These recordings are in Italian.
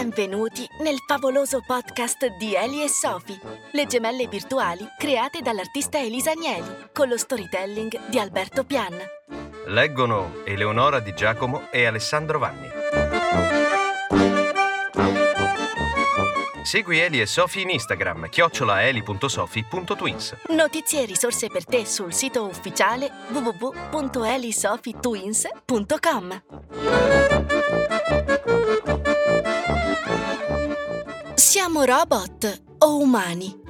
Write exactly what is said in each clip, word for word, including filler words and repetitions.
Benvenuti nel favoloso podcast di Eli e Sophie, le gemelle virtuali create dall'artista Elisa Agnelli, con lo storytelling di Alberto Pian. Leggono Eleonora Di Giacomo e Alessandro Vanni. Segui Eli e Sophie in Instagram, chiocciola eli punto sophie punto twins. Notizie e risorse per te sul sito ufficiale w w w punto eli sophie twins punto com. Siamo robot o umani?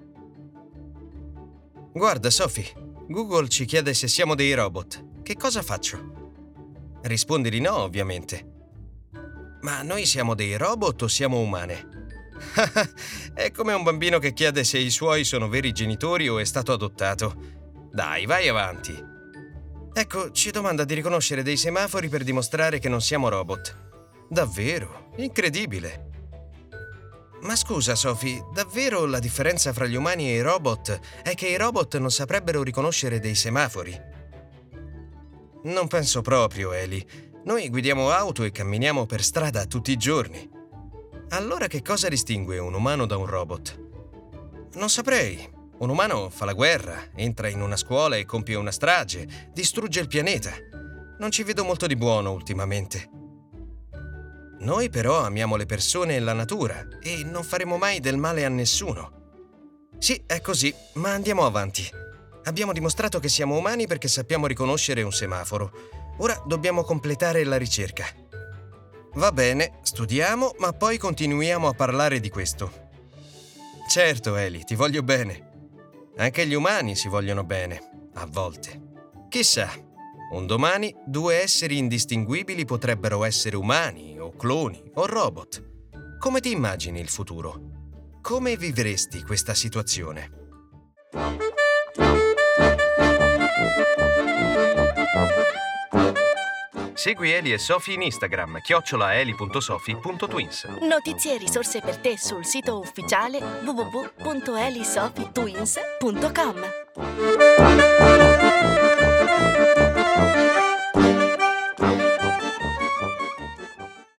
Guarda, Sophie, Google ci chiede se siamo dei robot. Che cosa faccio? Rispondi di no, ovviamente. Ma noi siamo dei robot o siamo umane? È come un bambino che chiede se i suoi sono veri genitori o è stato adottato. Dai, vai avanti. Ecco, ci domanda di riconoscere dei semafori per dimostrare che non siamo robot. Davvero? Incredibile. Ma scusa, Sophie, davvero la differenza fra gli umani e i robot è che i robot non saprebbero riconoscere dei semafori? Non penso proprio, Eli. Noi guidiamo auto e camminiamo per strada tutti i giorni. Allora che cosa distingue un umano da un robot? Non saprei. Un umano fa la guerra, entra in una scuola e compie una strage, distrugge il pianeta. Non ci vedo molto di buono ultimamente. Noi però amiamo le persone e la natura e non faremo mai del male a nessuno. Sì, è così, ma andiamo avanti. Abbiamo dimostrato che siamo umani perché sappiamo riconoscere un semaforo. Ora dobbiamo completare la ricerca. Va bene, studiamo, ma poi continuiamo a parlare di questo. Certo, Eli, ti voglio bene. Anche gli umani si vogliono bene, a volte. Chissà, un domani due esseri indistinguibili potrebbero essere umani, o cloni, o robot. Come ti immagini il futuro? Come vivresti questa situazione? Segui Eli e Sophie in Instagram, chiocciola eli punto sophie punto twins. Notizie e risorse per te sul sito ufficiale w w w punto eli sophie twins punto com.